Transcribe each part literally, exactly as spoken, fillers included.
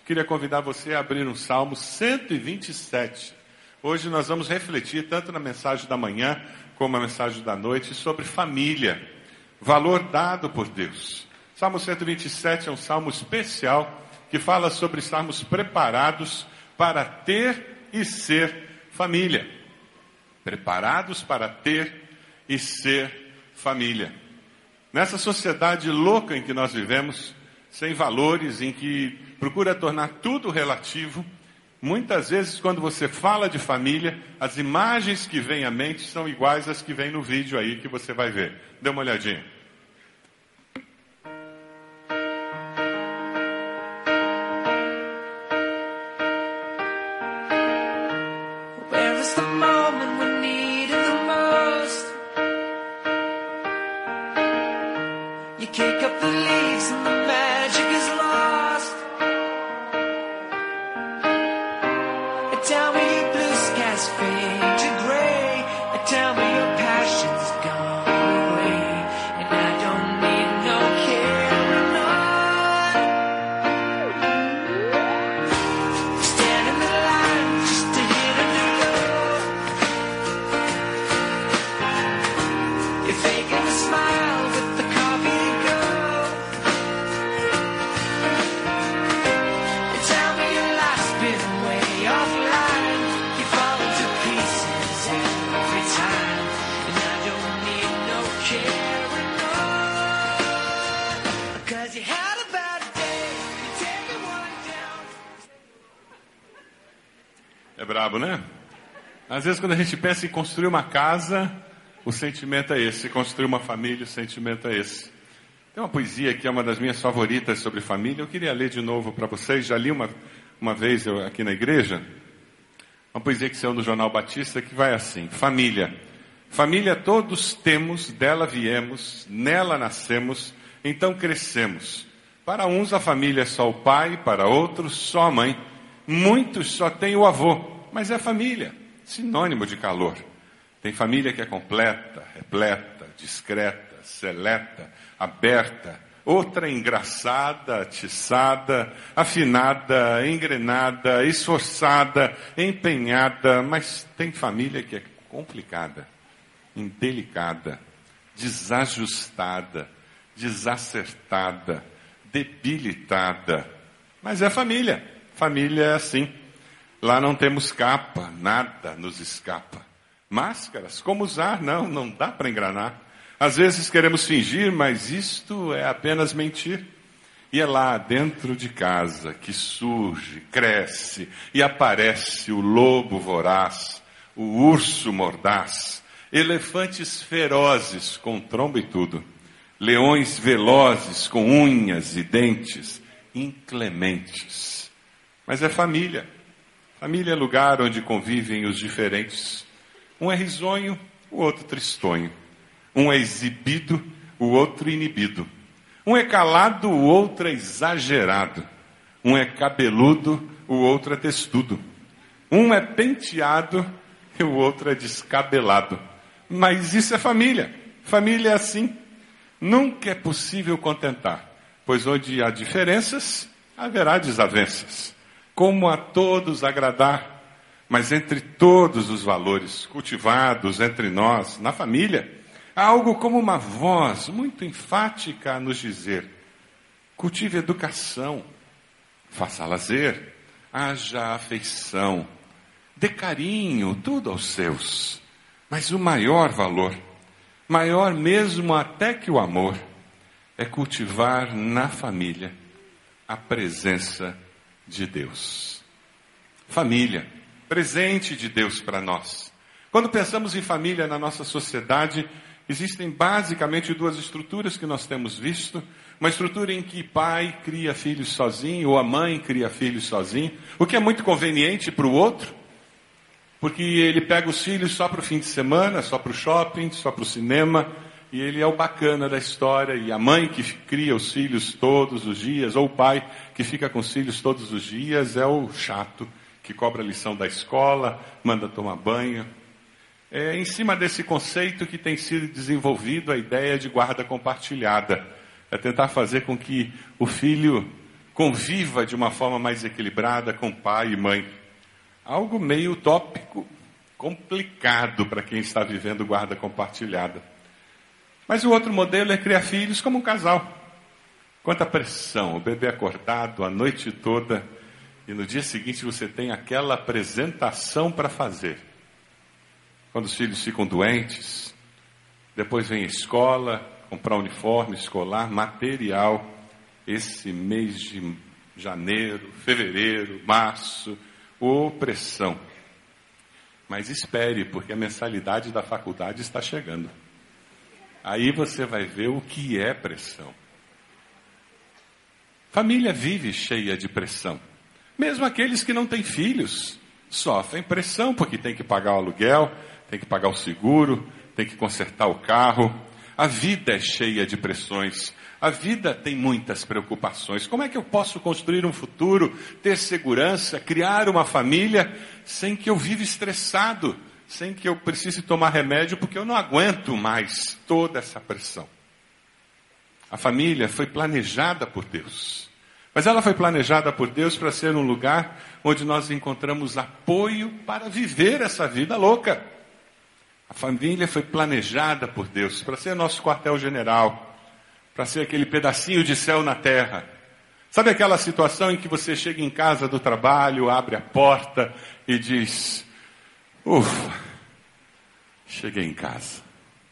queria convidar você a abrir um Salmo cento e vinte e sete. Hoje nós vamos refletir tanto na mensagem da manhã como na mensagem da noite sobre família, valor dado por Deus. Salmo cento e vinte e sete é um salmo especial que fala sobre estarmos preparados para ter e ser família. Preparados para ter e ser família. Nessa sociedade louca em que nós vivemos, sem valores, em que procura tornar tudo relativo, muitas vezes quando você fala de família, as imagens que vêm à mente são iguais às que vêm no vídeo aí que você vai ver. Dê uma olhadinha. É brabo, né? Às vezes quando a gente pensa em construir uma casa, o sentimento é esse. Construir uma família, o sentimento é esse. Tem uma poesia que é uma das minhas favoritas sobre família. Eu queria ler de novo para vocês. Já li uma, uma vez eu, aqui na igreja. Uma poesia que saiu no Jornal Batista que vai assim. Família. Família todos temos, dela viemos, nela nascemos, então crescemos. Para uns a família é só o pai, para outros só a mãe. Muitos só têm o avô, mas é família, sinônimo de calor. Tem família que é completa, repleta, discreta, seleta, aberta. Outra engraçada, atiçada, afinada, engrenada, esforçada, empenhada. Mas tem família que é complicada, indelicada, desajustada, desacertada, debilitada. Mas é família. Família é assim. Lá não temos capa, nada nos escapa. Máscaras, como usar? Não, não dá para enganar. Às vezes queremos fingir, mas isto é apenas mentir. E é lá dentro de casa que surge, cresce e aparece o lobo voraz, o urso mordaz, elefantes ferozes com tromba e tudo, leões velozes com unhas e dentes, inclementes. Mas é família. Família é lugar onde convivem os diferentes. Um é risonho, o outro tristonho. Um é exibido, o outro inibido. Um é calado, o outro é exagerado. Um é cabeludo, o outro é testudo. Um é penteado e o outro é descabelado. Mas isso é família. Família é assim. Nunca é possível contentar, pois onde há diferenças, haverá desavenças. Como a todos agradar, mas entre todos os valores cultivados entre nós, na família, há algo como uma voz muito enfática a nos dizer: cultive educação, faça lazer, haja afeição, dê carinho, tudo aos seus. Mas o maior valor, maior mesmo até que o amor, é cultivar na família a presença de Deus. Família, presente de Deus para nós. Quando pensamos em família na nossa sociedade, existem basicamente duas estruturas que nós temos visto. Uma estrutura em que pai cria filhos sozinho, ou a mãe cria filhos sozinho, o que é muito conveniente para o outro, porque ele pega os filhos só para o fim de semana, só para o shopping, só para o cinema, e ele é o bacana da história, e a mãe que cria os filhos todos os dias, ou o pai que fica com os filhos todos os dias, é o chato, que cobra a lição da escola, manda tomar banho. É em cima desse conceito que tem sido desenvolvido a ideia de guarda compartilhada. É tentar fazer com que o filho conviva de uma forma mais equilibrada com pai e mãe. Algo meio utópico, complicado para quem está vivendo guarda compartilhada. Mas o outro modelo é criar filhos como um casal. Quanta pressão, o bebê acordado a noite toda e no dia seguinte você tem aquela apresentação para fazer. Quando os filhos ficam doentes, depois vem a escola, comprar uniforme escolar, material. Esse mês de janeiro, fevereiro, março, ô pressão. Mas espere, porque a mensalidade da faculdade está chegando. Aí você vai ver o que é pressão. Família vive cheia de pressão. Mesmo aqueles que não têm filhos sofrem pressão, porque tem que pagar o aluguel, tem que pagar o seguro, tem que consertar o carro. A vida é cheia de pressões. A vida tem muitas preocupações. Como é que eu posso construir um futuro, ter segurança, criar uma família, sem que eu viva estressado, sem que eu precise tomar remédio, porque eu não aguento mais toda essa pressão? A família foi planejada por Deus. Mas ela foi planejada por Deus para ser um lugar onde nós encontramos apoio para viver essa vida louca. A família foi planejada por Deus para ser nosso quartel-general, para ser aquele pedacinho de céu na terra. Sabe aquela situação em que você chega em casa do trabalho, abre a porta e diz: ufa, cheguei em casa.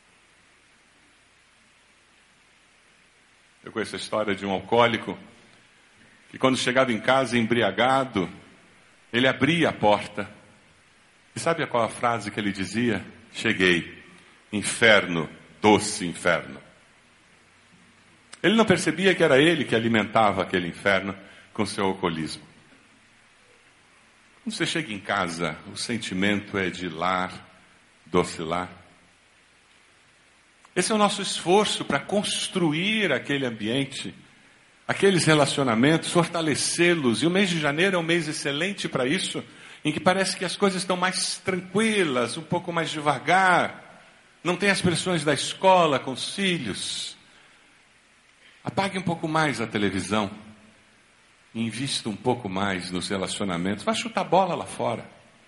Eu conheço a história de um alcoólico que quando chegava em casa embriagado, ele abria a porta. E sabe qual a frase que ele dizia? Cheguei. Inferno, doce inferno. Ele não percebia que era ele que alimentava aquele inferno com seu alcoolismo. Quando você chega em casa, o sentimento é de lar, doce lar. Esse é o nosso esforço para construir aquele ambiente, aqueles relacionamentos, fortalecê-los. E o mês de janeiro é um mês excelente para isso, em que parece que as coisas estão mais tranquilas, um pouco mais devagar. Não tem as pressões da escola com os filhos. Apague um pouco mais a televisão. Invista um pouco mais nos relacionamentos. Vá chutar bola lá fora.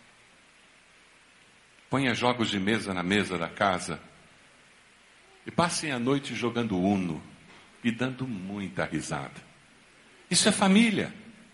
Ponha jogos de mesa na mesa da casa. E passem a noite jogando Uno e dando muita risada. Isso é família.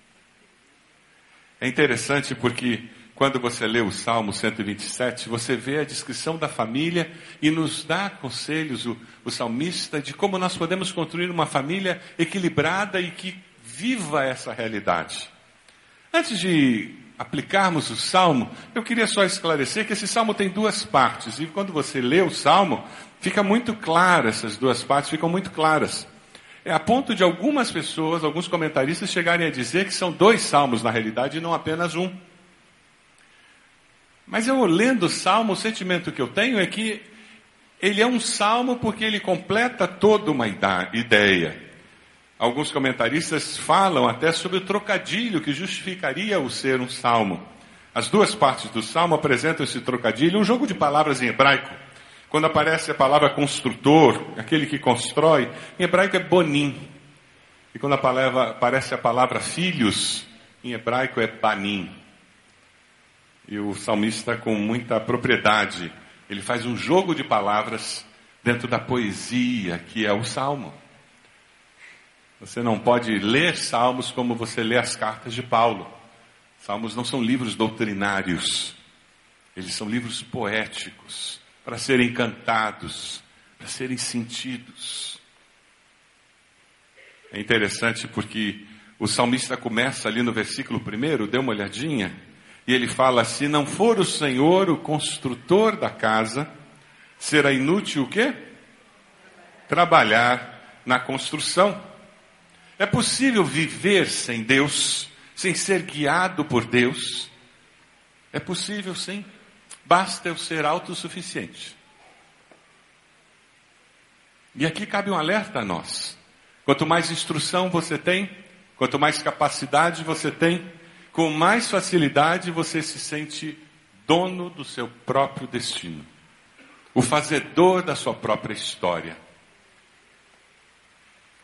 É interessante porque quando você lê o Salmo cento e vinte e sete, você vê a descrição da família e nos dá conselhos, o, o salmista, de como nós podemos construir uma família equilibrada e que viva essa realidade. Antes de aplicarmos o Salmo, eu queria só esclarecer que esse Salmo tem duas partes. E quando você lê o Salmo, fica muito claro, essas duas partes ficam muito claras. É a ponto de algumas pessoas, alguns comentaristas chegarem a dizer que são dois salmos na realidade e não apenas um. Mas eu lendo o salmo, o sentimento que eu tenho é que ele é um salmo porque ele completa toda uma ideia. Alguns comentaristas falam até sobre o trocadilho que justificaria o ser um salmo. As duas partes do salmo apresentam esse trocadilho, um jogo de palavras em hebraico. Quando aparece a palavra construtor, aquele que constrói, em hebraico é bonim. E quando a palavra, aparece a palavra filhos, em hebraico é banim. E o salmista, com muita propriedade, ele faz um jogo de palavras dentro da poesia, que é o salmo. Você não pode ler salmos como você lê as cartas de Paulo. Salmos não são livros doutrinários. Eles são livros poéticos, para serem cantados, para serem sentidos. É interessante porque o salmista começa ali no versículo primeiro, dê uma olhadinha, e ele fala: se não for o Senhor o construtor da casa, será inútil o quê? Trabalhar na construção. É possível viver sem Deus, sem ser guiado por Deus? É possível, sim. Basta eu ser autossuficiente. E aqui cabe um alerta a nós. Quanto mais instrução você tem, quanto mais capacidade você tem, com mais facilidade você se sente dono do seu próprio destino. O fazedor da sua própria história.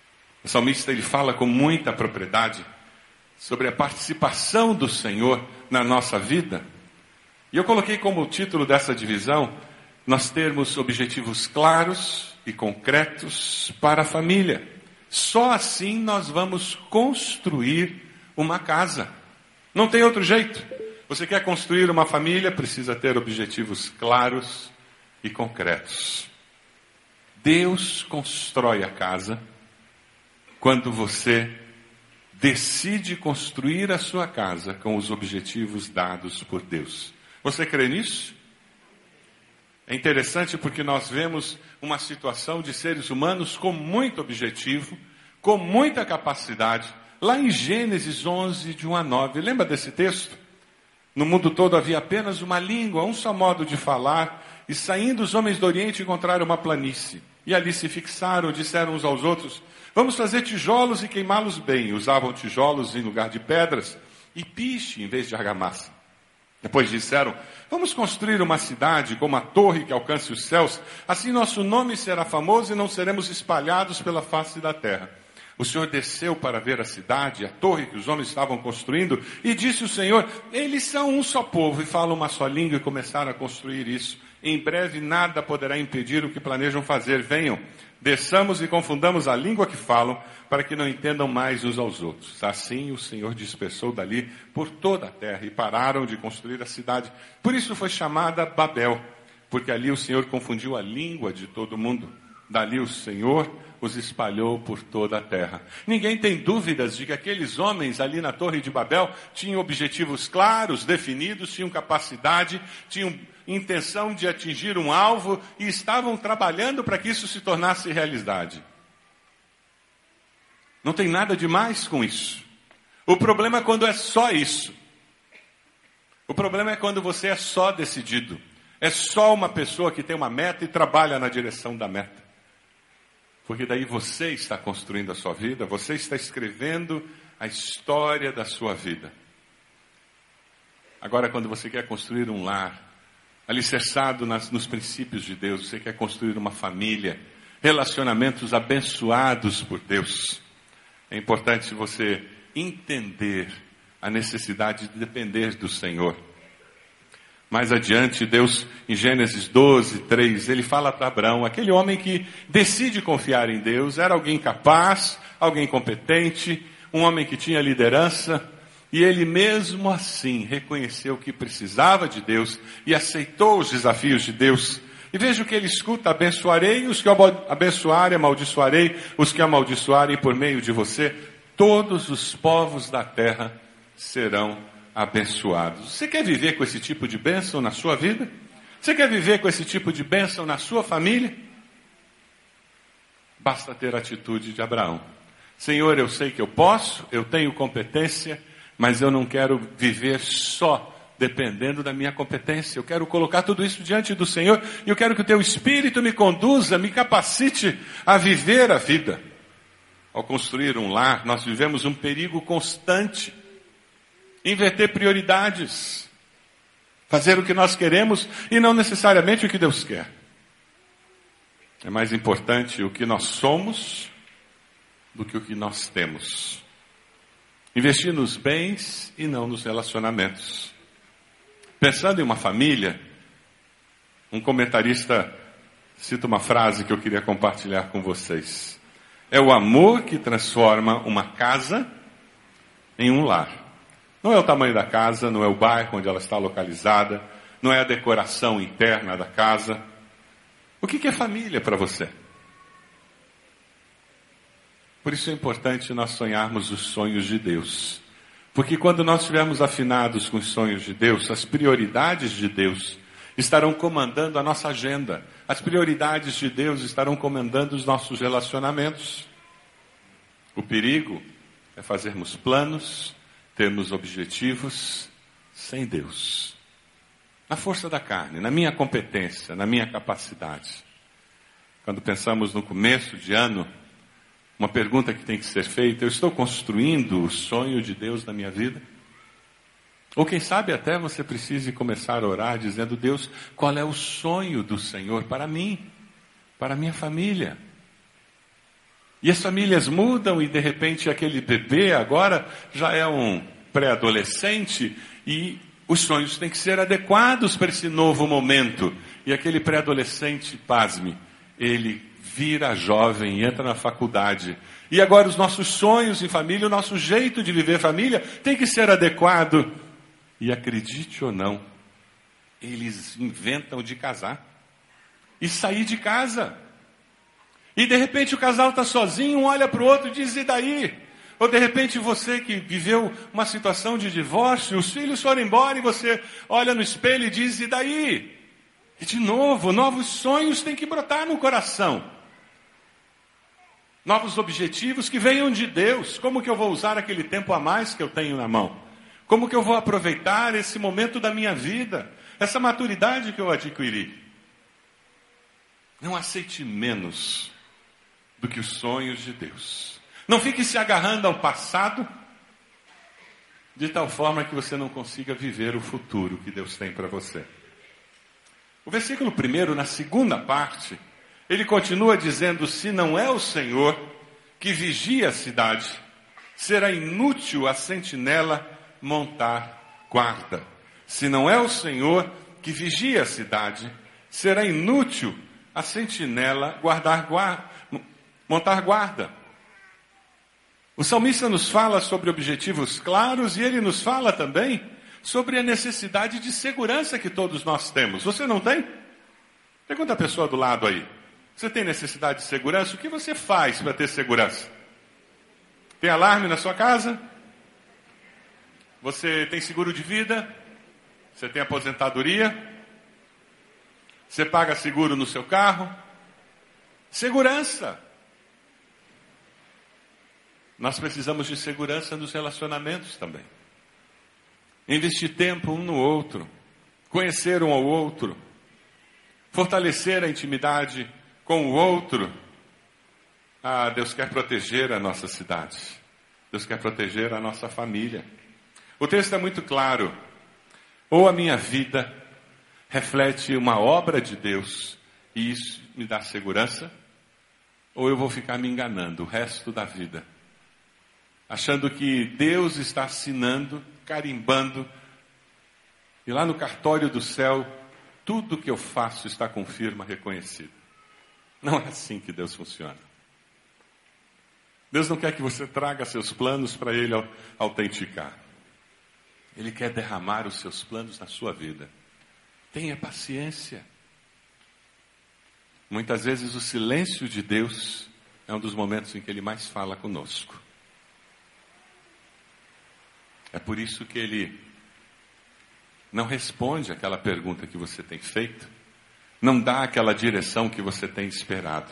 O salmista ele fala com muita propriedade sobre a participação do Senhor na nossa vida. E eu coloquei como título dessa divisão, nós termos objetivos claros e concretos para a família. Só assim nós vamos construir uma casa. Não tem outro jeito. Você quer construir uma família, precisa ter objetivos claros e concretos. Deus constrói a casa quando você decide construir a sua casa com os objetivos dados por Deus. Você crê nisso? É interessante porque nós vemos uma situação de seres humanos com muito objetivo, com muita capacidade. Lá em Gênesis onze, de um a nove, lembra desse texto? No mundo todo havia apenas uma língua, um só modo de falar, e saindo os homens do Oriente encontraram uma planície. E ali se fixaram, disseram uns aos outros, vamos fazer tijolos e queimá-los bem. Usavam tijolos em lugar de pedras e piche em vez de argamassa. Depois disseram, vamos construir uma cidade com uma torre que alcance os céus, assim nosso nome será famoso e não seremos espalhados pela face da terra. O Senhor desceu para ver a cidade, a torre que os homens estavam construindo, e disse o Senhor, eles são um só povo e falam uma só língua, e começaram a construir isso. Em breve nada poderá impedir o que planejam fazer. Venham, desçamos e confundamos a língua que falam, para que não entendam mais uns aos outros. Assim o Senhor dispersou dali por toda a terra, e pararam de construir a cidade. Por isso foi chamada Babel, porque ali o Senhor confundiu a língua de todo mundo. Dali o Senhor os espalhou por toda a terra. Ninguém tem dúvidas de que aqueles homens ali na Torre de Babel tinham objetivos claros, definidos, tinham capacidade, tinham intenção de atingir um alvo e estavam trabalhando para que isso se tornasse realidade. Não tem nada demais com isso. O problema é quando é só isso. O problema é quando você é só decidido. É só uma pessoa que tem uma meta e trabalha na direção da meta. Porque daí você está construindo a sua vida, você está escrevendo a história da sua vida. Agora, quando você quer construir um lar, alicerçado nas, nos princípios de Deus, você quer construir uma família, relacionamentos abençoados por Deus, é importante você entender a necessidade de depender do Senhor. Mais adiante, Deus, em Gênesis doze, três, ele fala para Abraão, aquele homem que decide confiar em Deus, era alguém capaz, alguém competente, um homem que tinha liderança, e ele mesmo assim reconheceu que precisava de Deus e aceitou os desafios de Deus. E veja o que ele escuta, abençoarei os que abençoarem, amaldiçoarei os que amaldiçoarem por meio de você, todos os povos da terra serão abençoados. Você quer viver com esse tipo de bênção na sua vida? Você quer viver com esse tipo de bênção na sua família? Basta ter a atitude de Abraão. Senhor, eu sei que eu posso, eu tenho competência, mas eu não quero viver só dependendo da minha competência. Eu quero colocar tudo isso diante do Senhor e eu quero que o teu Espírito me conduza, me capacite a viver a vida. Ao construir um lar, nós vivemos um perigo constante. Inverter prioridades. Fazer o que nós queremos e não necessariamente o que Deus quer. É mais importante o que nós somos do que o que nós temos. Investir nos bens e não nos relacionamentos. Pensando em uma família, um comentarista cita uma frase que eu queria compartilhar com vocês. É o amor que transforma uma casa em um lar. Não é o tamanho da casa, não é o bairro onde ela está localizada, não é a decoração interna da casa. O que é família para você? Por isso é importante nós sonharmos os sonhos de Deus. Porque quando nós estivermos afinados com os sonhos de Deus, as prioridades de Deus estarão comandando a nossa agenda. As prioridades de Deus estarão comandando os nossos relacionamentos. O perigo é fazermos planos, termos objetivos sem Deus. Na força da carne, na minha competência, na minha capacidade. Quando pensamos no começo de ano, uma pergunta que tem que ser feita, eu estou construindo o sonho de Deus na minha vida? Ou quem sabe até você precise começar a orar dizendo, Deus, qual é o sonho do Senhor para mim, para a minha família? E as famílias mudam e de repente aquele bebê agora já é um pré-adolescente e os sonhos têm que ser adequados para esse novo momento. E aquele pré-adolescente, pasme, ele vira jovem e entra na faculdade. E agora os nossos sonhos em família, o nosso jeito de viver família tem que ser adequado. E acredite ou não, eles inventam de casar e sair de casa. E de repente o casal está sozinho, um olha para o outro e diz, e daí? Ou de repente você que viveu uma situação de divórcio, os filhos foram embora e você olha no espelho e diz, e daí? E de novo, novos sonhos têm que brotar no coração. Novos objetivos que venham de Deus. Como que eu vou usar aquele tempo a mais que eu tenho na mão? Como que eu vou aproveitar esse momento da minha vida? Essa maturidade que eu adquiri. Não aceite menos do que os sonhos de Deus. Não fique se agarrando ao passado, de tal forma que você não consiga viver o futuro que Deus tem para você. O versículo primeiro, na segunda parte, ele continua dizendo, se não é o Senhor que vigia a cidade, será inútil a sentinela montar guarda. Se não é o Senhor que vigia a cidade, será inútil a sentinela guardar guarda, montar guarda. O salmista nos fala sobre objetivos claros e ele nos fala também sobre a necessidade de segurança que todos nós temos. Você não tem? Pergunta a pessoa do lado aí. Você tem necessidade de segurança? O que você faz para ter segurança? Tem alarme na sua casa? Você tem seguro de vida? Você tem aposentadoria? Você paga seguro no seu carro? Segurança. Nós precisamos de segurança nos relacionamentos também. Investir tempo um no outro, conhecer um ao outro, fortalecer a intimidade com o outro. Ah, Deus quer proteger a nossa cidade. Deus quer proteger a nossa família. O texto é muito claro. Ou a minha vida reflete uma obra de Deus e isso me dá segurança, ou eu vou ficar me enganando o resto da vida, achando que Deus está assinando, carimbando, e lá no cartório do céu, tudo que eu faço está com firma reconhecida. Não é assim que Deus funciona. Deus não quer que você traga seus planos para Ele autenticar. Ele quer derramar os seus planos na sua vida. Tenha paciência. Muitas vezes o silêncio de Deus é um dos momentos em que Ele mais fala conosco. É por isso que Ele não responde aquela pergunta que você tem feito, não dá aquela direção que você tem esperado.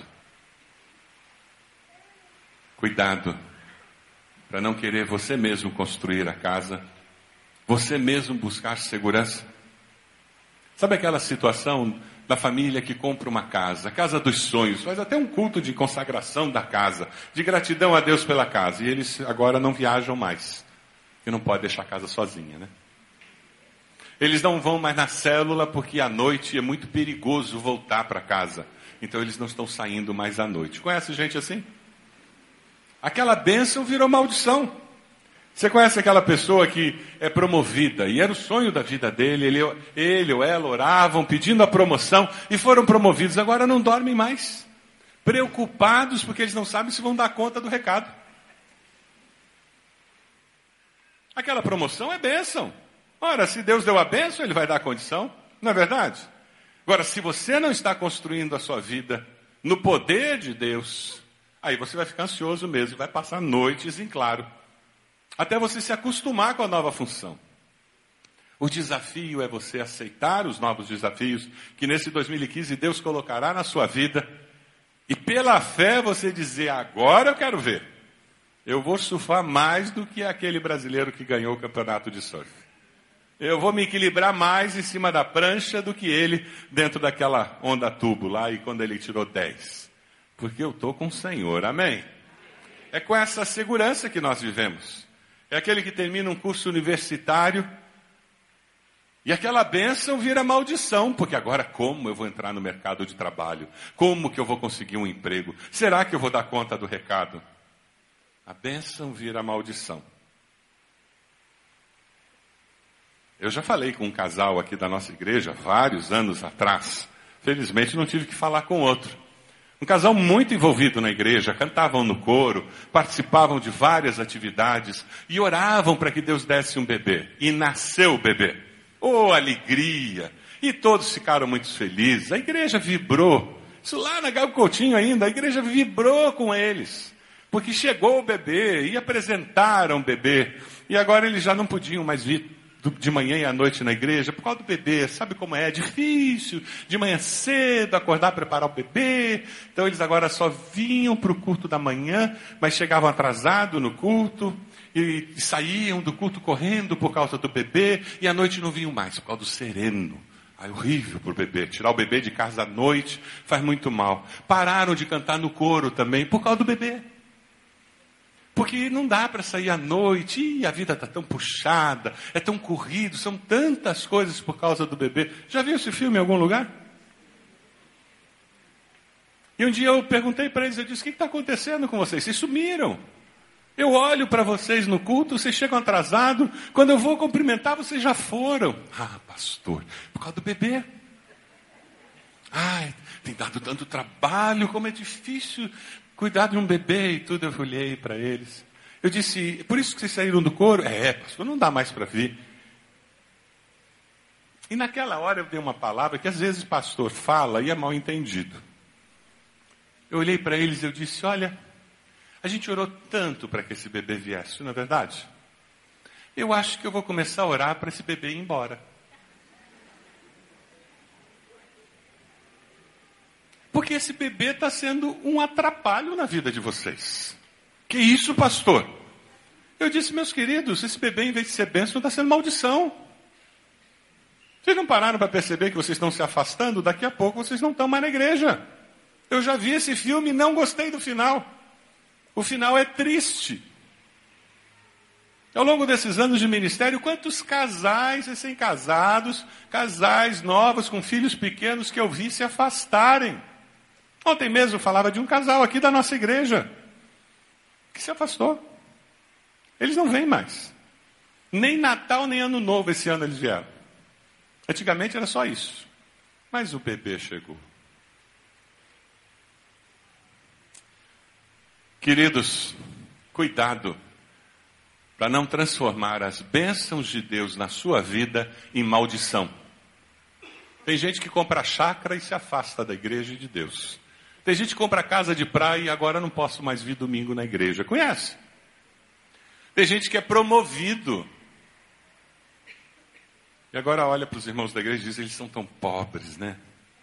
Cuidado para não querer você mesmo construir a casa, você mesmo buscar segurança. Sabe aquela situação da família que compra uma casa, a casa dos sonhos, faz até um culto de consagração da casa, de gratidão a Deus pela casa, e eles agora não viajam mais, porque não pode deixar a casa sozinha, né? Eles não vão mais na célula porque à noite é muito perigoso voltar para casa, então eles não estão saindo mais à noite. Conhece gente assim? Aquela bênção virou maldição. Você conhece aquela pessoa que é promovida, e era o sonho da vida dele, ele, ele ou ela oravam pedindo a promoção, e foram promovidos, agora não dormem mais, preocupados porque eles não sabem se vão dar conta do recado. Aquela promoção é bênção. Ora, se Deus deu a bênção, Ele vai dar a condição, não é verdade? Agora, se você não está construindo a sua vida no poder de Deus, aí você vai ficar ansioso mesmo, vai passar noites em claro, até você se acostumar com a nova função. O desafio é você aceitar os novos desafios que nesse dois mil e quinze Deus colocará na sua vida. E pela fé você dizer, agora eu quero ver. Eu vou surfar mais do que aquele brasileiro que ganhou o campeonato de surf. Eu vou me equilibrar mais em cima da prancha do que ele dentro daquela onda tubo lá e quando ele tirou dez. Porque eu estou com o Senhor, amém? É com essa segurança que nós vivemos. É aquele que termina um curso universitário E aquela bênção vira maldição, porque agora como eu vou entrar no mercado de trabalho? Como que eu vou conseguir um emprego? Será que eu vou dar conta do recado? A bênção vira maldição. Eu já falei com um casal aqui da nossa igreja, vários anos atrás. Felizmente não tive que falar com outro. Um casal muito envolvido na igreja, cantavam no coro, participavam de várias atividades e oravam para que Deus desse um bebê. E nasceu o bebê. Oh, alegria! E todos ficaram muito felizes. A igreja vibrou. Isso lá na Gabo Coutinho ainda, a igreja vibrou com eles. Porque chegou o bebê e apresentaram o bebê. E agora eles já não podiam mais vir de manhã e à noite na igreja, por causa do bebê. Sabe como é? É difícil, de manhã cedo, acordar, preparar o bebê. Então eles agora só vinham para o culto da manhã, mas chegavam atrasados no culto, e saíam do culto correndo por causa do bebê, e à noite não vinham mais, por causa do sereno. É horrível para o bebê. Tirar o bebê de casa à noite faz muito mal. Pararam de cantar no coro também, por causa do bebê. Porque não dá para sair à noite, e a vida está tão puxada, é tão corrido, são tantas coisas por causa do bebê. Já viu esse filme em algum lugar? E um dia eu perguntei para eles, eu disse, o que está acontecendo com vocês? Vocês sumiram. Eu olho para vocês no culto, vocês chegam atrasados, quando eu vou cumprimentar, vocês já foram. Ah, pastor, por causa do bebê. Ai, tem dado tanto trabalho, como é difícil cuidar de um bebê e tudo. Eu olhei para eles. Eu disse, por isso que vocês saíram do coro? É, pastor, não dá mais para vir. E naquela hora eu dei uma palavra que às vezes o pastor fala e é mal entendido. Eu olhei para eles e eu disse, olha, a gente orou tanto para que esse bebê viesse, não é verdade? Eu acho que eu vou começar a orar para esse bebê ir embora. Porque esse bebê está sendo um atrapalho na vida de vocês. Que isso, pastor? Eu disse, meus queridos, esse bebê, em vez de ser bênção, está sendo maldição. Vocês não pararam para perceber que vocês estão se afastando? Daqui a pouco vocês não estão mais na igreja. Eu já vi esse filme e não gostei do final. O final é triste. Ao longo desses anos de ministério, quantos casais recém-casados, casais novos com filhos pequenos que eu vi se afastarem. Ontem mesmo eu falava de um casal aqui da nossa igreja, que se afastou. Eles não vêm mais. Nem Natal, nem Ano Novo esse ano eles vieram. Antigamente era só isso. Mas o bebê chegou. Queridos, cuidado para não transformar as bênçãos de Deus na sua vida em maldição. Tem gente que compra chácara e se afasta da igreja e de Deus. Tem gente que compra casa de praia e agora não posso mais vir domingo na igreja. Conhece? Tem gente que é promovido. E agora olha para os irmãos da igreja e diz, eles são tão pobres, né?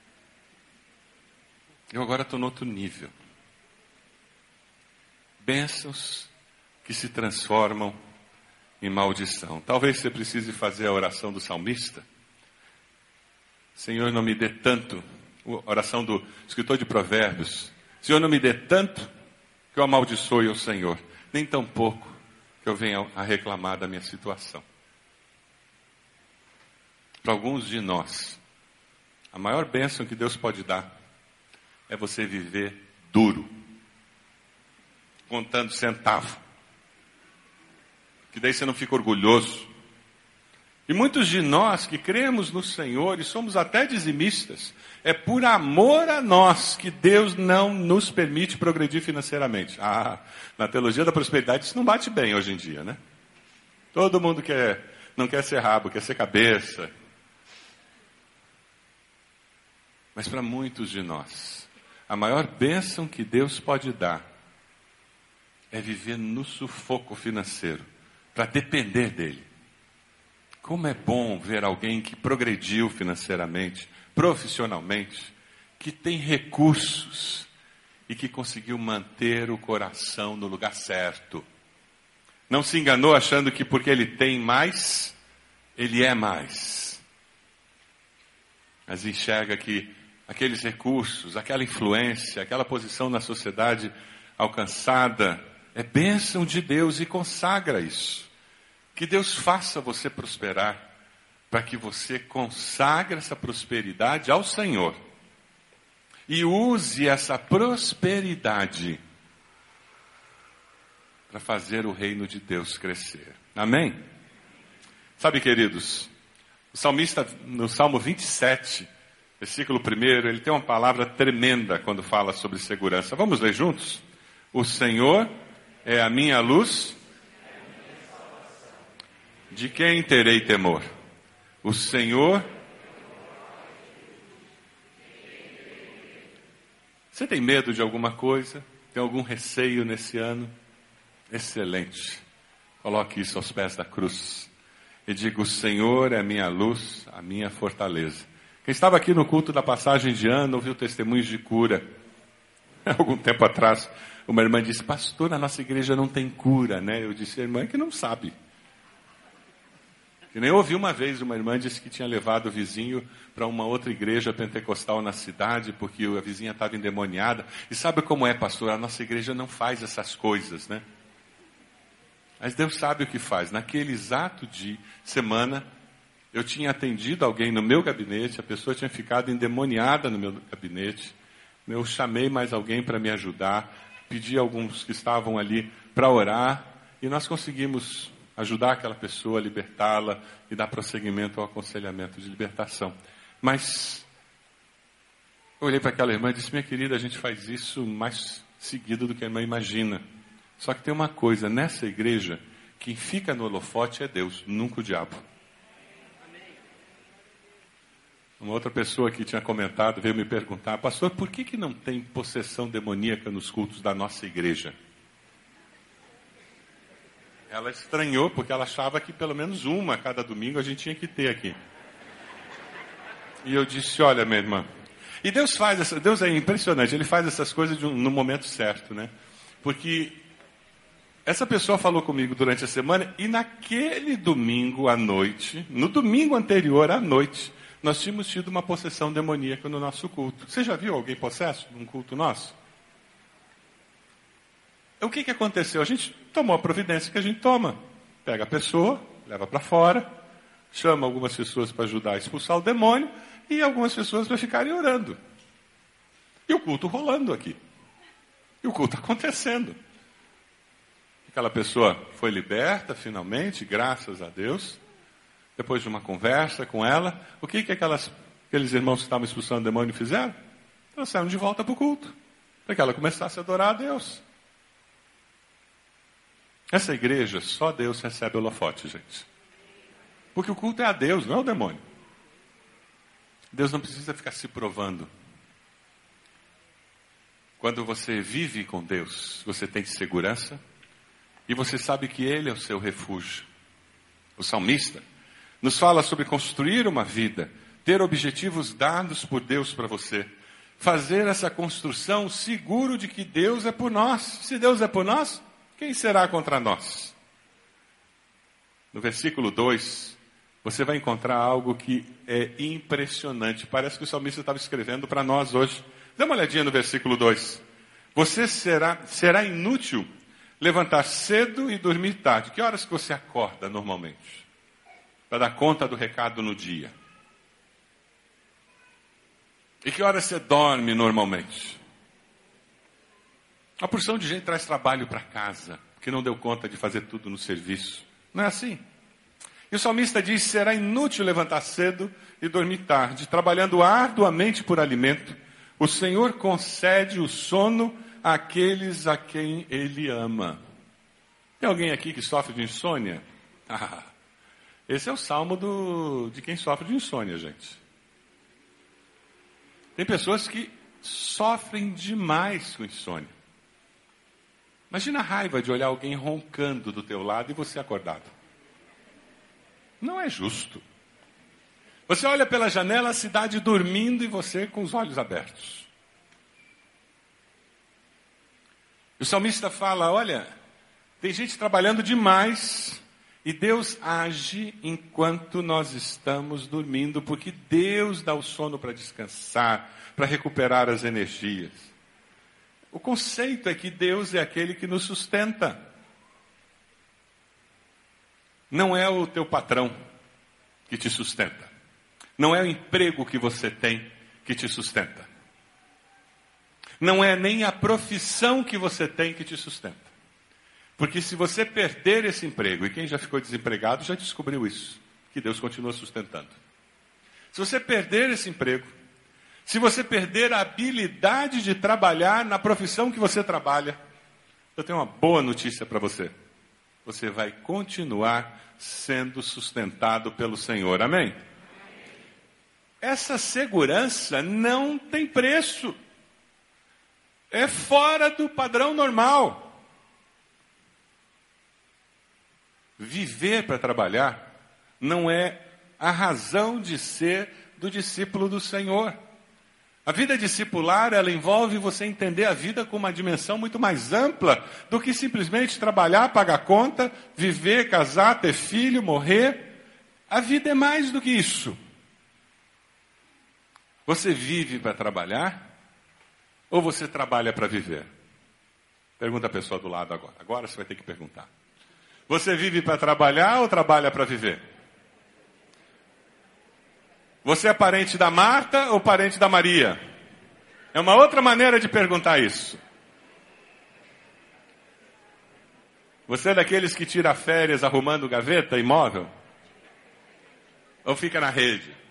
Eu agora estou no outro nível. Bênçãos que se transformam em maldição. Talvez você precise fazer a oração do salmista. Senhor, não me dê tanto. A oração do escritor de Provérbios. Senhor, não me dê tanto que eu amaldiçoe o Senhor. Nem tão pouco que eu venha a reclamar da minha situação. Para alguns de nós, a maior bênção que Deus pode dar é você viver duro. Contando centavo. Que daí você não fica orgulhoso. E muitos de nós que cremos no Senhor e somos até dizimistas, é por amor a nós que Deus não nos permite progredir financeiramente. Ah, na teologia da prosperidade isso não bate bem hoje em dia, né? Todo mundo quer, não quer ser rabo, quer ser cabeça. Mas para muitos de nós, a maior bênção que Deus pode dar é viver no sufoco financeiro, para depender dele. Como é bom ver alguém que progrediu financeiramente, profissionalmente, que tem recursos e que conseguiu manter o coração no lugar certo. Não se enganou achando que porque ele tem mais, ele é mais. Mas enxerga que aqueles recursos, aquela influência, aquela posição na sociedade alcançada, é bênção de Deus e consagra isso. Que Deus faça você prosperar. para que você consagre essa prosperidade ao Senhor e use essa prosperidade para fazer o reino de Deus crescer. Amém? Sabe, queridos, o salmista, no Salmo vinte e sete, versículo primeiro, ele tem uma palavra tremenda quando fala sobre segurança. Vamos ler juntos? O Senhor é a minha luz, de quem terei temor? O Senhor... Você tem medo de alguma coisa? Tem algum receio nesse ano? Excelente. Coloque isso aos pés da cruz. E diga, o Senhor é a minha luz, a minha fortaleza. Quem estava aqui no culto da passagem de ano, ouviu testemunhos de cura. Algum tempo atrás, uma irmã disse, pastor, a nossa igreja não tem cura, né? Eu disse, a irmã é que não sabe. Que nem eu ouvi uma vez, uma irmã disse que tinha levado o vizinho para uma outra igreja pentecostal na cidade, porque a vizinha estava endemoniada. E sabe como é, pastor? A nossa igreja não faz essas coisas, né? Mas Deus sabe o que faz. Naquele exato dia, semana, eu tinha atendido alguém no meu gabinete, a pessoa tinha ficado endemoniada no meu gabinete. Eu chamei mais alguém para me ajudar, pedi a alguns que estavam ali para orar, e nós conseguimos ajudar aquela pessoa, libertá-la e dar prosseguimento ao aconselhamento de libertação. Mas eu olhei para aquela irmã e disse, minha querida, a gente faz isso mais seguido do que a irmã imagina. Só que tem uma coisa, nessa igreja, quem fica no holofote é Deus, nunca o diabo. Uma outra pessoa que tinha comentado veio me perguntar, pastor, por que que não tem possessão demoníaca nos cultos da nossa igreja? Ela estranhou, porque ela achava que pelo menos uma a cada domingo a gente tinha que ter aqui. E eu disse, olha, minha irmã, e Deus faz, essa, Deus é impressionante, Ele faz essas coisas de um, no momento certo, né? Porque essa pessoa falou comigo durante a semana, e naquele domingo à noite, no domingo anterior à noite, nós tínhamos tido uma possessão demoníaca no nosso culto. Você já viu alguém possesso num culto nosso? O que que aconteceu? A gente tomou a providência que a gente toma. Pega a pessoa, leva para fora, chama algumas pessoas para ajudar a expulsar o demônio, e algumas pessoas para ficarem orando. E o culto rolando aqui. E o culto acontecendo. Aquela pessoa foi liberta, finalmente, graças a Deus. Depois de uma conversa com ela, o que que aquelas, aqueles irmãos que estavam expulsando o demônio fizeram? Trouxeram de volta para o culto, para que ela começasse a adorar a Deus. Essa igreja, só Deus recebe holofote, gente. Porque o culto é a Deus, não é o demônio. Deus não precisa ficar se provando. Quando você vive com Deus, você tem segurança e você sabe que Ele é o seu refúgio. O salmista nos fala sobre construir uma vida, ter objetivos dados por Deus para você, fazer essa construção seguro de que Deus é por nós. Se Deus é por nós, quem será contra nós? No versículo dois, você vai encontrar algo que é impressionante. Parece que o salmista estava escrevendo para nós hoje. Dê uma olhadinha no versículo dois. Você será, será inútil levantar cedo e dormir tarde. Que horas que você acorda normalmente? Para dar conta do recado no dia. E que horas você dorme normalmente? Uma porção de gente traz trabalho para casa, porque não deu conta de fazer tudo no serviço. Não é assim? E o salmista diz, será inútil levantar cedo e dormir tarde, trabalhando arduamente por alimento. O Senhor concede o sono àqueles a quem Ele ama. Tem alguém aqui que sofre de insônia? Ah, esse é o salmo do, de quem sofre de insônia, gente. Tem pessoas que sofrem demais com insônia. Imagina a raiva de olhar alguém roncando do teu lado e você acordado. Não é justo. Você olha pela janela, a cidade dormindo e você com os olhos abertos. O salmista fala, olha, tem gente trabalhando demais e Deus age enquanto nós estamos dormindo, porque Deus dá o sono para descansar, para recuperar as energias. O conceito é que Deus é aquele que nos sustenta. Não é o teu patrão. que te sustenta. Não é o emprego que você tem que te sustenta. Não é nem a profissão que você tem que te sustenta. Porque se você perder esse emprego, e quem já ficou desempregado já descobriu isso, que Deus continua sustentando. Se você perder esse emprego, se você perder a habilidade de trabalhar na profissão que você trabalha, eu tenho uma boa notícia para você. Você vai continuar sendo sustentado pelo Senhor. Amém? Essa segurança não tem preço. É fora do padrão normal. Viver para trabalhar não é a razão de ser do discípulo do Senhor. A vida discipular, ela envolve você entender a vida com uma dimensão muito mais ampla do que simplesmente trabalhar, pagar conta, viver, casar, ter filho, morrer. A vida é mais do que isso. Você vive para trabalhar ou você trabalha para viver? Pergunta a pessoa do lado agora. Agora você vai ter que perguntar. Você vive para trabalhar ou trabalha para viver? Você é parente da Marta ou parente da Maria? É uma outra maneira de perguntar isso. Você é daqueles que tira férias arrumando gaveta, imóvel? Ou fica na rede?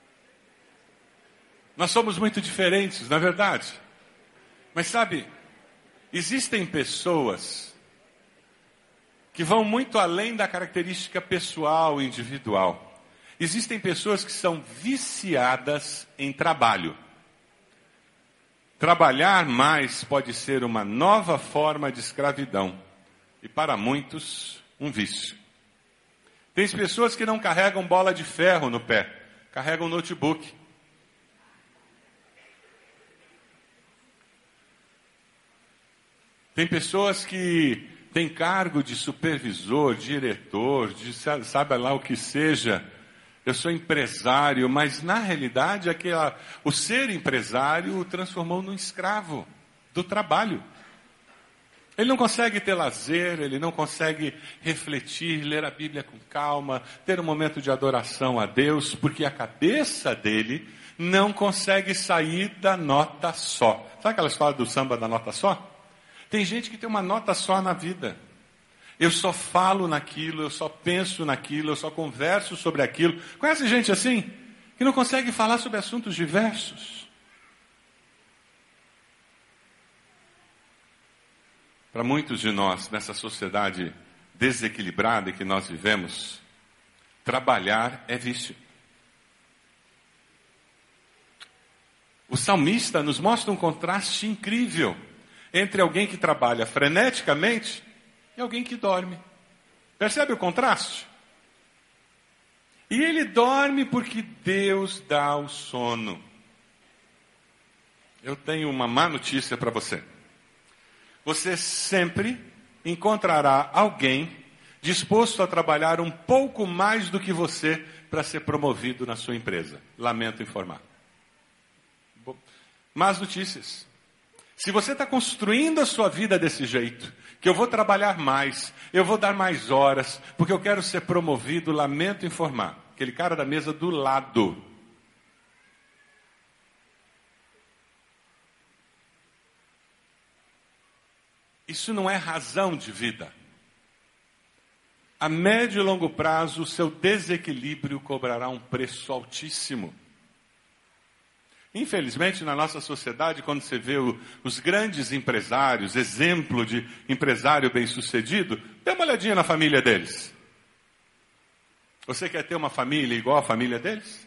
Nós somos muito diferentes, não é verdade? Mas sabe, existem pessoas que vão muito além da característica pessoal, individual. Existem pessoas que são viciadas em trabalho. Trabalhar mais pode ser uma nova forma de escravidão. E para muitos, um vício. Tem pessoas que não carregam bola de ferro no pé, carregam notebook. Tem pessoas que têm cargo de supervisor, diretor, de sabe lá o que seja. Eu sou empresário, mas na realidade aquela, o ser empresário o transformou num escravo do trabalho. Ele não consegue ter lazer, ele não consegue refletir, ler a Bíblia com calma, ter um momento de adoração a Deus, porque a cabeça dele não consegue sair da nota só. Sabe aquela história do samba da nota só? Tem gente que tem uma nota só na vida. Eu só falo naquilo, eu só penso naquilo, eu só converso sobre aquilo. Conhece gente assim? Que não consegue falar sobre assuntos diversos. Para muitos de nós, nessa sociedade desequilibrada em que nós vivemos, trabalhar é vício. O salmista nos mostra um contraste incrível entre alguém que trabalha freneticamente e alguém que dorme. Percebe o contraste? E ele dorme porque Deus dá o sono. Eu tenho uma má notícia para você. Você sempre encontrará alguém disposto a trabalhar um pouco mais do que você para ser promovido na sua empresa. Lamento informar. Más notícias. Se você está construindo a sua vida desse jeito, que eu vou trabalhar mais, eu vou dar mais horas, porque eu quero ser promovido, lamento informar. Aquele cara da mesa do lado. Isso não é razão de vida. A médio e longo prazo, o seu desequilíbrio cobrará um preço altíssimo. Infelizmente, na nossa sociedade, quando você vê o, os grandes empresários, exemplo de empresário bem-sucedido, dê uma olhadinha na família deles. Você quer ter uma família igual à família deles?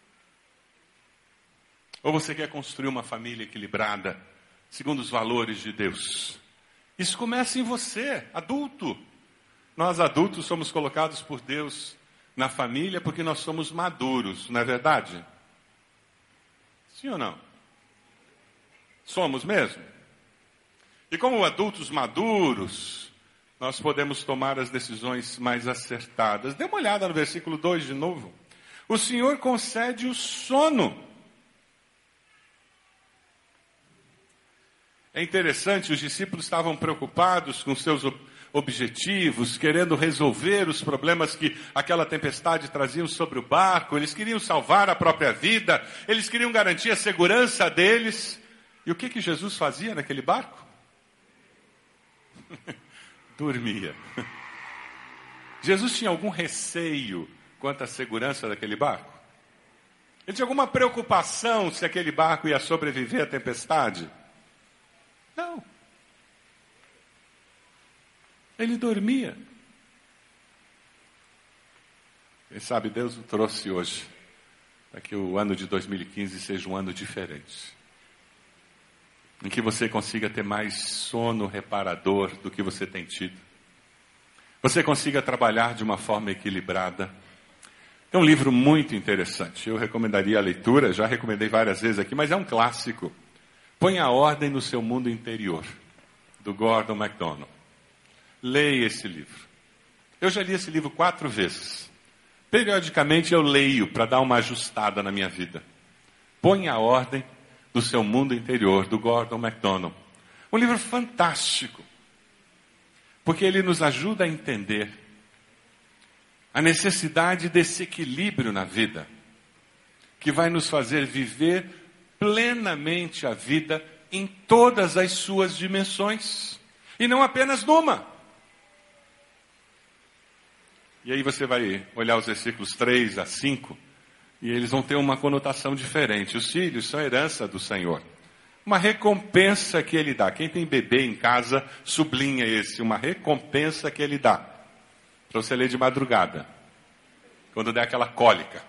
Ou você quer construir uma família equilibrada, segundo os valores de Deus? Isso começa em você, adulto. Nós adultos somos colocados por Deus na família porque nós somos maduros, não é verdade? Sim ou não? Somos mesmo? E como adultos maduros, nós podemos tomar as decisões mais acertadas. Dê uma olhada no versículo dois de novo. O Senhor concede o sono. É interessante, os discípulos estavam preocupados com seus objetivos, querendo resolver os problemas que aquela tempestade trazia sobre o barco. Eles queriam salvar a própria vida, eles queriam garantir a segurança deles. E o que que Jesus fazia naquele barco? Dormia. Jesus tinha algum receio quanto à segurança daquele barco? Ele tinha alguma preocupação se aquele barco ia sobreviver à tempestade? Não. Ele dormia. Quem sabe Deus o trouxe hoje, para que o ano de dois mil e quinze seja um ano diferente. Em que você consiga ter mais sono reparador do que você tem tido. Você consiga trabalhar de uma forma equilibrada. É um livro muito interessante. Eu recomendaria a leitura, já recomendei várias vezes aqui, mas é um clássico. Põe a ordem no seu mundo interior, do Gordon MacDonald. Leia esse livro. Eu já li esse livro quatro vezes. Periodicamente eu leio para dar uma ajustada na minha vida. Põe a ordem do seu mundo interior, do Gordon MacDonald. Um livro fantástico, porque ele nos ajuda a entender a necessidade desse equilíbrio na vida, que vai nos fazer viver plenamente a vida em todas as suas dimensões, e não apenas numa. E aí você vai olhar os versículos três a cinco, e eles vão ter uma conotação diferente. Os filhos são herança do Senhor. Uma recompensa que Ele dá. Quem tem bebê em casa, sublinha esse. Uma recompensa que Ele dá. Para você ler de madrugada. Quando der aquela cólica.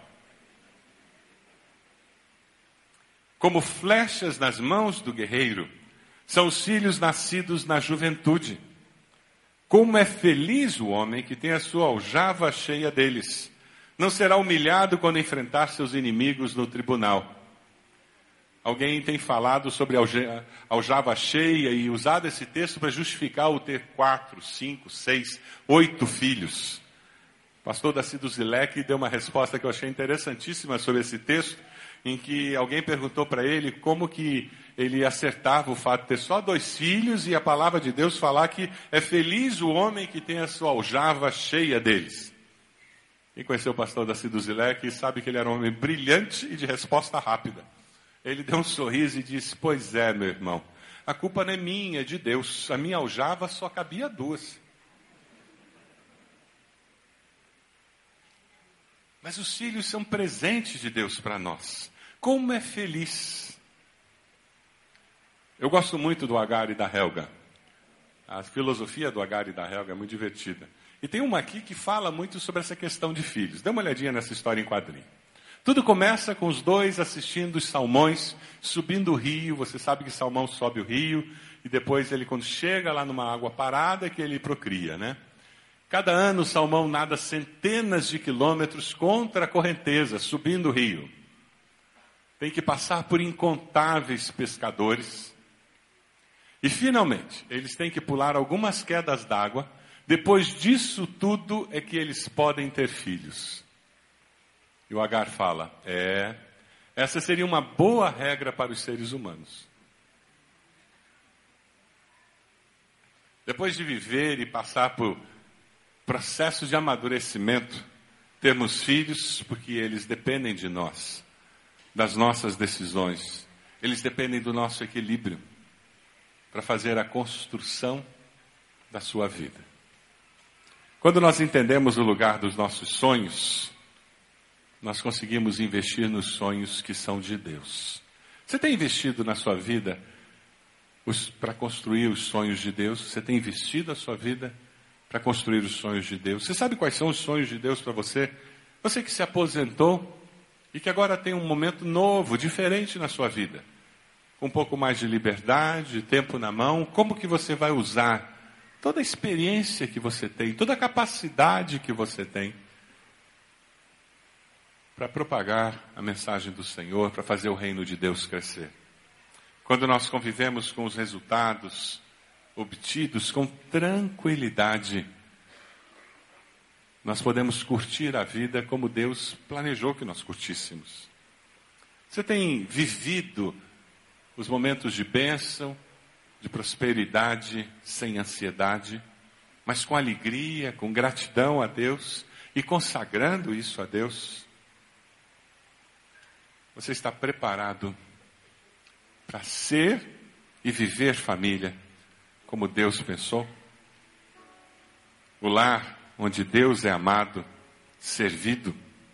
Como flechas nas mãos do guerreiro, são os filhos nascidos na juventude. Como é feliz o homem que tem a sua aljava cheia deles. Não será humilhado quando enfrentar seus inimigos no tribunal. Alguém tem falado sobre a aljava cheia e usado esse texto para justificar o ter quatro, cinco, seis, oito filhos. O pastor Daci do Zilek deu uma resposta que eu achei interessantíssima sobre esse texto, em que alguém perguntou para ele como que ele acertava o fato de ter só dois filhos e a palavra de Deus falar que é feliz o homem que tem a sua aljava cheia deles. Quem conheceu o pastor Daci do Zilek sabe que ele era um homem brilhante e de resposta rápida. Ele deu um sorriso e disse: pois é, meu irmão, a culpa não é minha, é de Deus. A minha aljava só cabia duas. Mas os filhos são presentes de Deus para nós. Como é feliz. Eu gosto muito do Agar e da Helga. A filosofia do Agar e da Helga é muito divertida. E tem uma aqui que fala muito sobre essa questão de filhos. Dê uma olhadinha nessa história em quadrinho. Tudo começa com os dois assistindo os salmões, subindo o rio. Você sabe que Salmão sobe o rio. E depois ele, quando chega lá numa água parada, é que ele procria, né? Cada ano o salmão nada centenas de quilômetros contra a correnteza, subindo o rio. Tem que passar por incontáveis pescadores. E finalmente, eles têm que pular algumas quedas d'água. Depois disso tudo é que eles podem ter filhos. E o Agar fala, é, essa seria uma boa regra para os seres humanos. Depois de viver e passar por processos de amadurecimento, termos filhos, porque eles dependem de nós, das nossas decisões. Eles dependem do nosso equilíbrio para fazer a construção da sua vida. Quando nós entendemos o lugar dos nossos sonhos, nós conseguimos investir nos sonhos que são de Deus. Você tem investido na sua vida para construir os sonhos de Deus? Você tem investido a sua vida para construir os sonhos de Deus? Você sabe quais são os sonhos de Deus para você? Você que se aposentou e que agora tem um momento novo, diferente na sua vida. Com um pouco mais de liberdade, tempo na mão, como que você vai usar toda a experiência que você tem, toda a capacidade que você tem para propagar a mensagem do Senhor, para fazer o reino de Deus crescer? Quando nós convivemos com os resultados obtidos com tranquilidade, nós podemos curtir a vida como Deus planejou que nós curtíssemos. Você tem vivido os momentos de bênção, de prosperidade, sem ansiedade, mas com alegria, com gratidão a Deus e consagrando isso a Deus. Você está preparado para ser e viver família como Deus pensou? O lar onde Deus é amado, servido.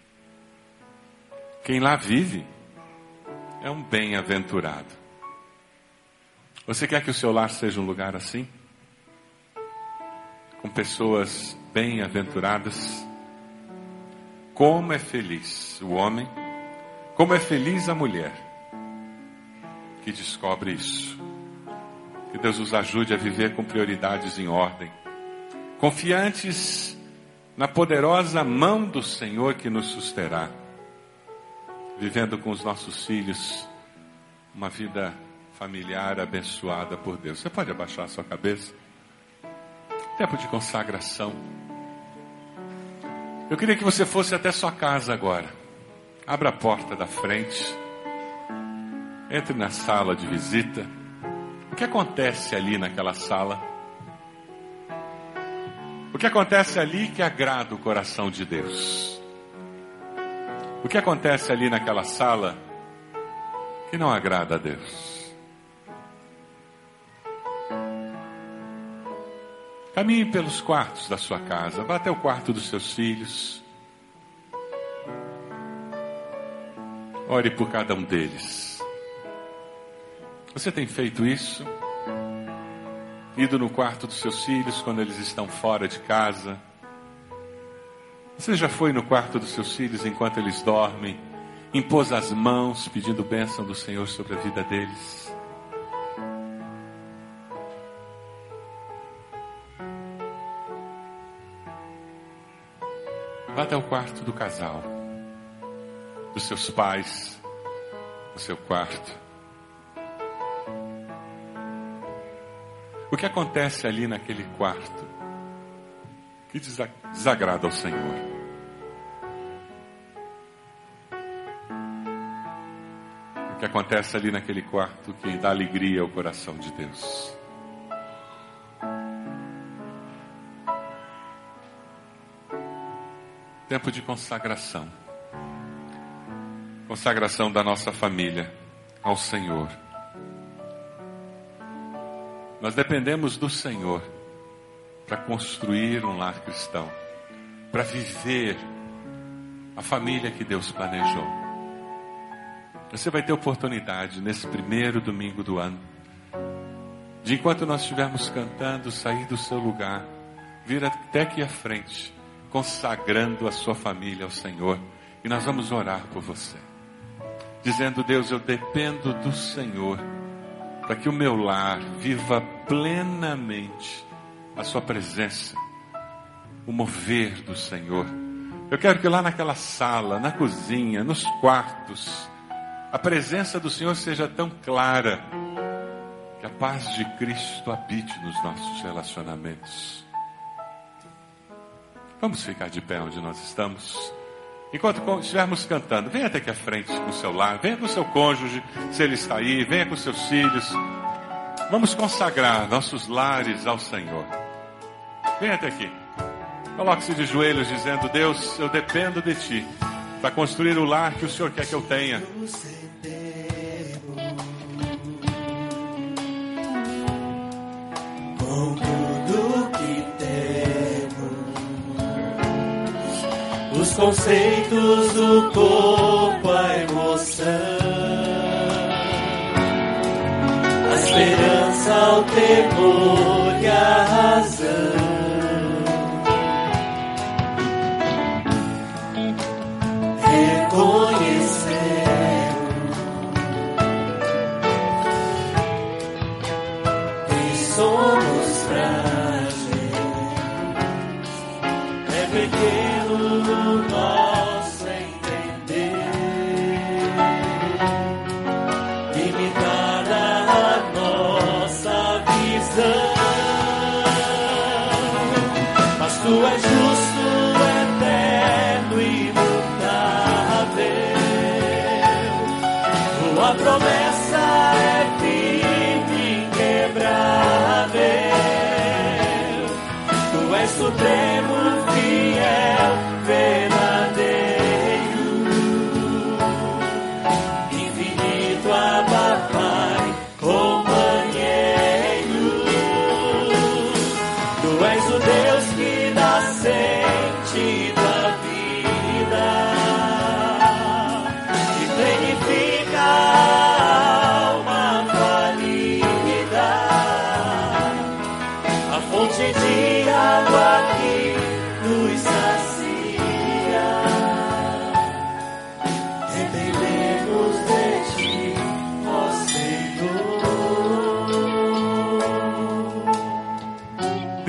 Quem lá vive é um bem-aventurado. Você quer que o seu lar seja um lugar assim? Com pessoas bem-aventuradas? Como é feliz o homem, como é feliz a mulher que descobre isso. Que Deus nos ajude a viver com prioridades em ordem, confiantes na poderosa mão do Senhor que nos susterá, vivendo com os nossos filhos uma vida familiar abençoada por Deus. Você pode abaixar a sua cabeça? Tempo de consagração. Eu queria que você fosse até sua casa agora. Abra a porta da frente. Entre na sala de visita. O que acontece ali naquela sala? O que acontece ali que agrada o coração de Deus? O que acontece ali naquela sala que não agrada a Deus? Caminhe pelos quartos da sua casa. Vá até o quarto dos seus filhos. Ore por cada um deles. Você tem feito isso? Ido no quarto dos seus filhos quando eles estão fora de casa? Você já foi no quarto dos seus filhos enquanto eles dormem? Impôs as mãos pedindo bênção do Senhor sobre a vida deles? Vá até o quarto do casal, dos seus pais, no seu quarto. O que acontece ali naquele quarto que desagrada ao Senhor? O que acontece ali naquele quarto que dá alegria ao coração de Deus? Tempo de consagração. Consagração da nossa família ao Senhor. Nós dependemos do Senhor para construir um lar cristão, para viver a família que Deus planejou. Você vai ter oportunidade nesse primeiro domingo do ano, de enquanto nós estivermos cantando, sair do seu lugar, vir até aqui à frente, consagrando a sua família ao Senhor, e nós vamos orar por você, dizendo: Deus, eu dependo do Senhor para que o meu lar viva plenamente a sua presença, o mover do Senhor. Eu quero que lá naquela sala, na cozinha, nos quartos, a presença do Senhor seja tão clara, que a paz de Cristo habite nos nossos relacionamentos. Vamos ficar de pé onde nós estamos. Enquanto estivermos cantando, venha até aqui à frente com o seu lar, venha com o seu cônjuge, se ele está aí, venha com seus filhos. Vamos consagrar nossos lares ao Senhor. Venha até aqui. Coloque-se de joelhos dizendo: Deus, eu dependo de Ti para construir o lar que o Senhor quer que eu tenha. Com tudo que temos, os conceitos do corpo, a emoção, a esperança, o temor e a razão. Tu és justo, eterno e imutável. Tua promessa é firme e inquebrável. Tu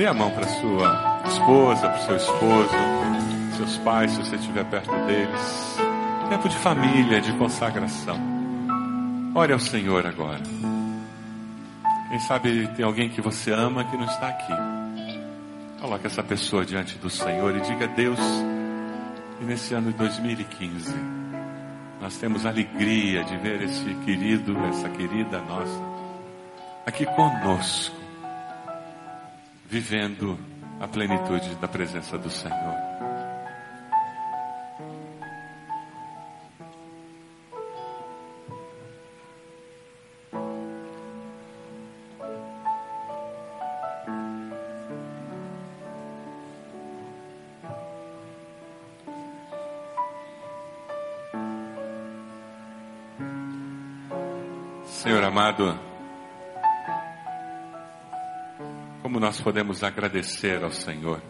a mão para sua esposa, para o seu esposo, seus pais, se você estiver perto deles. Tempo de família, de consagração. Ore ao Senhor agora. Quem sabe tem alguém que você ama que não está aqui. Coloque essa pessoa diante do Senhor e diga: Deus, e nesse ano de dois mil e quinze, nós temos a alegria de ver esse querido, essa querida nossa, aqui conosco, vivendo a plenitude da presença do Senhor. Senhor amado, como nós podemos agradecer ao Senhor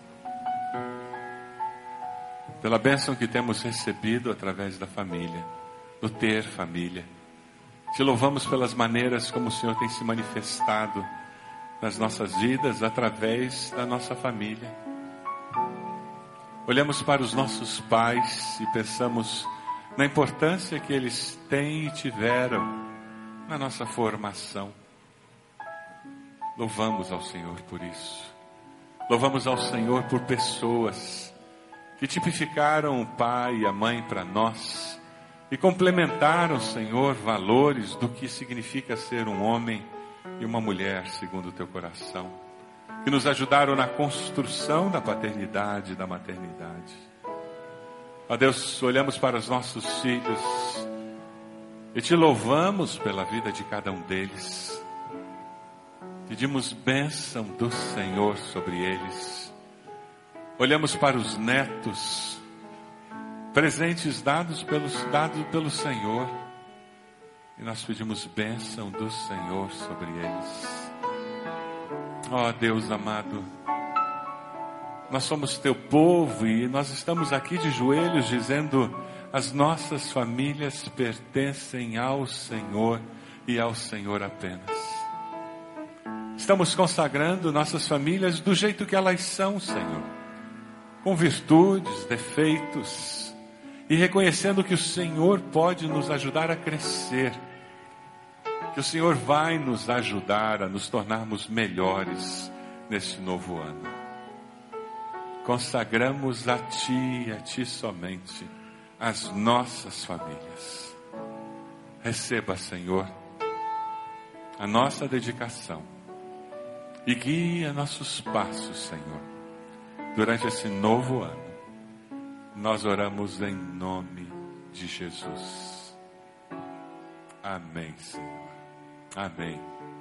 pela bênção que temos recebido através da família, do ter família. Te louvamos pelas maneiras como o Senhor tem se manifestado nas nossas vidas através da nossa família. Olhamos para os nossos pais e pensamos na importância que eles têm e tiveram na nossa formação. Louvamos ao Senhor por isso. Louvamos ao Senhor por pessoas que tipificaram o pai e a mãe para nós e complementaram, Senhor, valores do que significa ser um homem e uma mulher segundo o teu coração, que nos ajudaram na construção da paternidade e da maternidade. Ó Deus, olhamos para os nossos filhos e te louvamos pela vida de cada um deles. Pedimos bênção do Senhor sobre eles. Olhamos para os netos, presentes dados, pelos, dados pelo Senhor, e nós pedimos bênção do Senhor sobre eles. Ó Deus amado, nós somos teu povo e nós estamos aqui de joelhos dizendo: as nossas famílias pertencem ao Senhor e ao Senhor apenas. Estamos consagrando nossas famílias do jeito que elas são, Senhor, com virtudes, defeitos, e reconhecendo que o Senhor pode nos ajudar a crescer, que o Senhor vai nos ajudar a nos tornarmos melhores neste novo ano. Consagramos a Ti e a Ti somente as nossas famílias. Receba, Senhor, a nossa dedicação e guia nossos passos, Senhor, durante esse novo ano. Nós oramos em nome de Jesus. Amém, Senhor. Amém.